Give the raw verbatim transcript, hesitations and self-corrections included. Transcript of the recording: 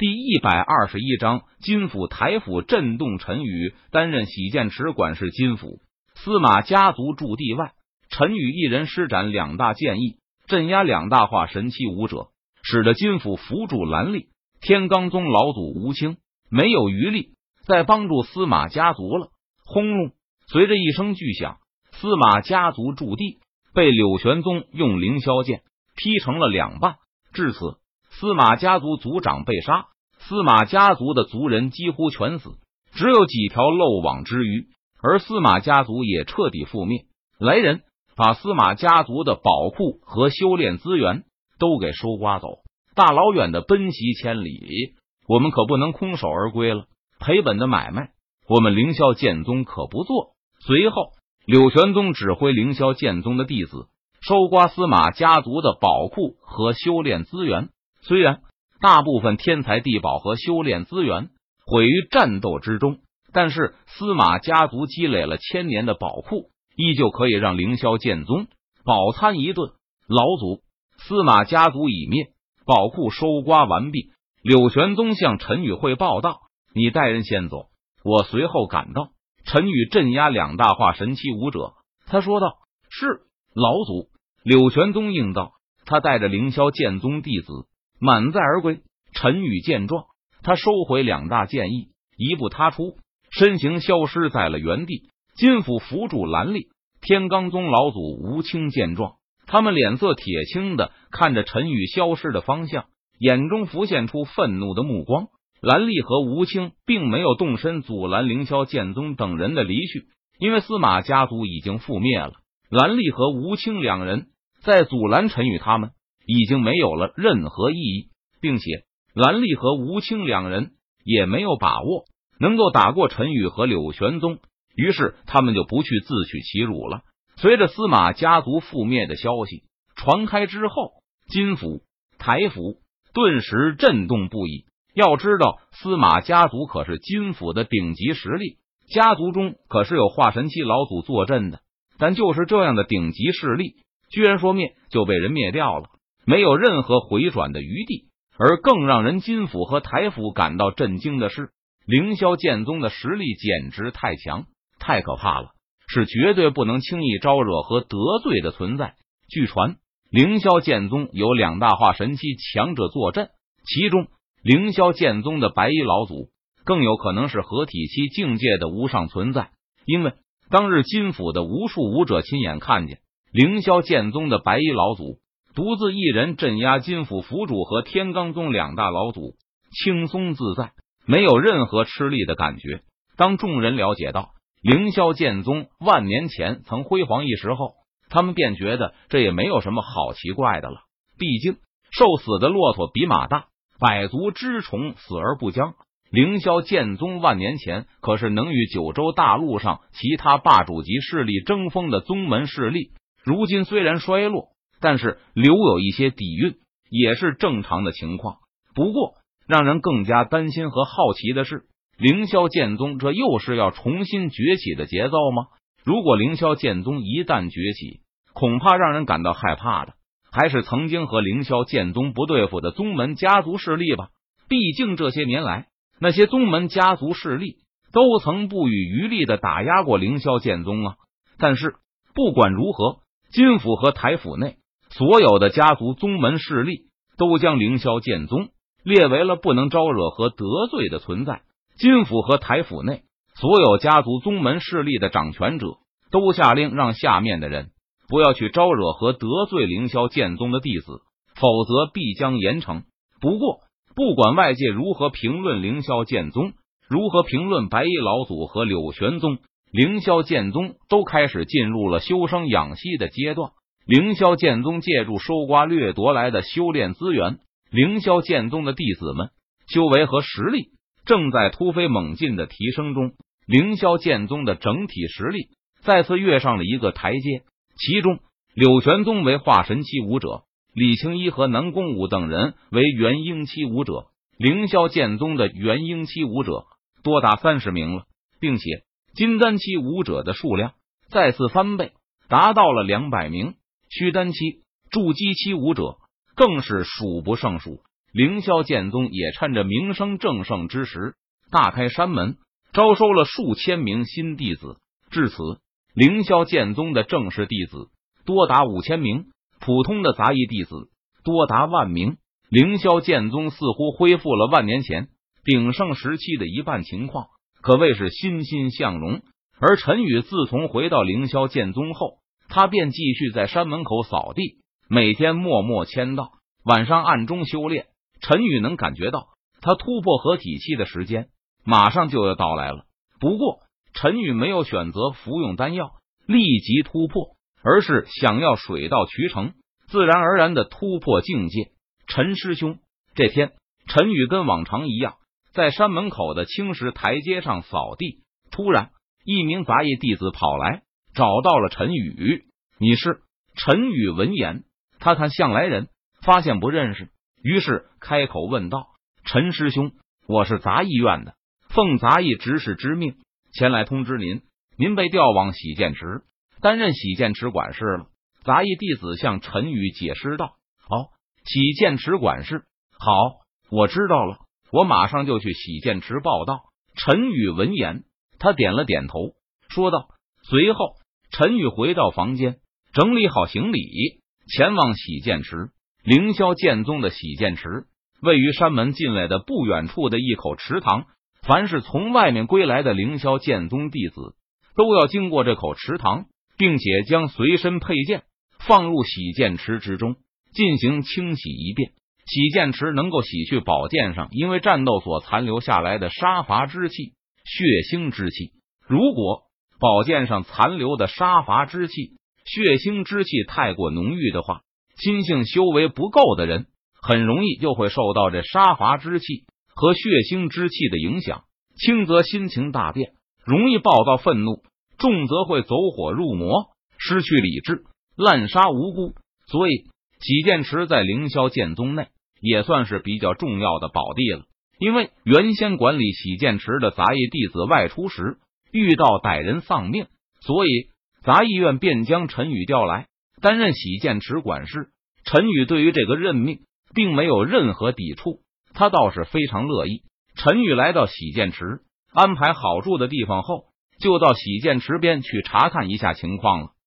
第一百二十一章，金府台府震动。陈宇担任喜剑池管事金府，司马家族驻地外，陈宇一人施展两大剑意，镇压两大化神期武者，使得金府扶助蓝历、天罡宗老祖吴清没有余力再帮助司马家族了。轰隆！随着一声巨响，司马家族驻地被柳玄宗用凌霄剑劈成了两半。至此，司马家族族长被杀，司马家族的族人几乎全死，只有几条漏网之鱼，而司马家族也彻底覆灭。来人把司马家族的宝库和修炼资源都给收刮走，大老远的奔袭千里，我们可不能空手而归了。赔本的买卖，我们凌霄剑宗可不做。随后，柳玄宗指挥凌霄剑宗的弟子收刮司马家族的宝库和修炼资源。虽然大部分天材地宝和修炼资源毁于战斗之中，但是司马家族积累了千年的宝库，依旧可以让凌霄剑宗饱餐一顿。老祖，司马家族已灭，宝库收刮完毕。柳玄宗向陈宇汇报道：“你带人先走，我随后赶到。”陈宇镇压两大化神期武者，他说道：“是，老祖。”柳玄宗应道，他带着凌霄剑宗弟子满载而归。陈宇见状，他收回两大剑意，一步踏出，身形消失在了原地。金府扶助蓝历、天罡宗老祖吴清见状，他们脸色铁青的看着陈宇消失的方向，眼中浮现出愤怒的目光。蓝历和吴清并没有动身阻拦凌霄剑宗等人的离去，因为司马家族已经覆灭了。蓝历和吴清两人在阻拦陈宇他们已经没有了任何意义，并且蓝历和吴清两人也没有把握能够打过陈宇和柳玄宗，于是他们就不去自取其辱了。随着司马家族覆灭的消息传开之后，金府、台府顿时震动不已。要知道，司马家族可是金府的顶级实力，家族中可是有化神期老祖坐镇的，但就是这样的顶级势力，居然说灭就被人灭掉了，没有任何回转的余地。而更让人金府和台府感到震惊的是，凌霄剑宗的实力简直太强，太可怕了，是绝对不能轻易招惹和得罪的存在。据传，凌霄剑宗有两大化神期强者坐镇，其中凌霄剑宗的白衣老祖更有可能是合体期境界的无上存在，因为当日金府的无数武者亲眼看见凌霄剑宗的白衣老祖独自一人镇压金府府主和天罡宗两大老祖，轻松自在，没有任何吃力的感觉。当众人了解到凌霄剑宗万年前曾辉煌一时后，他们便觉得这也没有什么好奇怪的了。毕竟瘦死的骆驼比马大，百足之虫死而不僵。凌霄剑宗万年前可是能与九州大陆上其他霸主级势力争锋的宗门势力，如今虽然衰落，但是留有一些底蕴也是正常的情况。不过让人更加担心和好奇的是，凌霄剑宗这又是要重新崛起的节奏吗？如果凌霄剑宗一旦崛起，恐怕让人感到害怕的还是曾经和凌霄剑宗不对付的宗门家族势力吧。毕竟这些年来，那些宗门家族势力都曾不遗余力的打压过凌霄剑宗啊。但是不管如何，金府和台府内所有的家族宗门势力都将凌霄剑宗列为了不能招惹和得罪的存在。金府和台府内所有家族宗门势力的掌权者都下令让下面的人不要去招惹和得罪凌霄剑宗的弟子，否则必将严惩。不过不管外界如何评论凌霄剑宗，如何评论白衣老祖和柳玄宗，凌霄剑宗都开始进入了休生养息的阶段。凌霄剑宗借助收刮掠夺来的修炼资源，凌霄剑宗的弟子们修为和实力正在突飞猛进的提升中，凌霄剑宗的整体实力再次跃上了一个台阶。其中柳玄宗为化神期武者，李青一和南宫武等人为元婴期武者。凌霄剑宗的元婴期武者多达三十名了，并且金丹期武者的数量再次翻倍，达到了两百名。虚丹期、筑基期武者更是数不胜数。 凌霄剑宗也趁着名声正盛之时，大开山门，招收了数千名新弟子。至此，凌霄剑宗的正式弟子多达五千名，普通的杂役弟子多达万名。凌霄剑宗似乎恢复了万年前鼎盛时期的一半情况，可谓是欣欣向荣。而陈宇自从回到凌霄剑宗后，他便继续在山门口扫地，每天默默签到，晚上暗中修炼。陈宇能感觉到他突破合体期的时间马上就要到来了。不过陈宇没有选择服用丹药立即突破，而是想要水到渠成，自然而然的突破境界。陈师兄，这天陈宇跟往常一样在山门口的青石台阶上扫地，突然一名杂役弟子跑来找到了陈宇。你是？陈宇闻言，他看向来人，发现不认识，于是开口问道：陈师兄，我是杂役院的，奉杂役执事之命前来通知您，您被调往洗剑池担任洗剑池管事了。杂役弟子向陈宇解释道：哦，洗剑池管事，好，我知道了，我马上就去洗剑池报道。陈宇闻言，他点了点头，说道。随后陈宇回到房间，整理好行李，前往洗剑池。凌霄剑宗的洗剑池位于山门进来的不远处的一口池塘，凡是从外面归来的凌霄剑宗弟子都要经过这口池塘，并且将随身佩剑放入洗剑池之中进行清洗一遍。洗剑池能够洗去宝剑上因为战斗所残留下来的杀伐之气、血腥之气。如果宝剑上残留的杀伐之气、血腥之气太过浓郁的话，心性修为不够的人很容易就会受到这杀伐之气和血腥之气的影响，轻则心情大变，容易暴躁愤怒，重则会走火入魔，失去理智，滥杀无辜。所以洗剑池在凌霄剑宗内也算是比较重要的宝地了。因为原先管理洗剑池的杂役弟子外出时遇到歹人丧命，所以杂役院便将陈宇调来担任洗剑池管事。陈宇对于这个任命并没有任何抵触，他倒是非常乐意。陈宇来到洗剑池，安排好住的地方后，就到洗剑池边去查看一下情况了。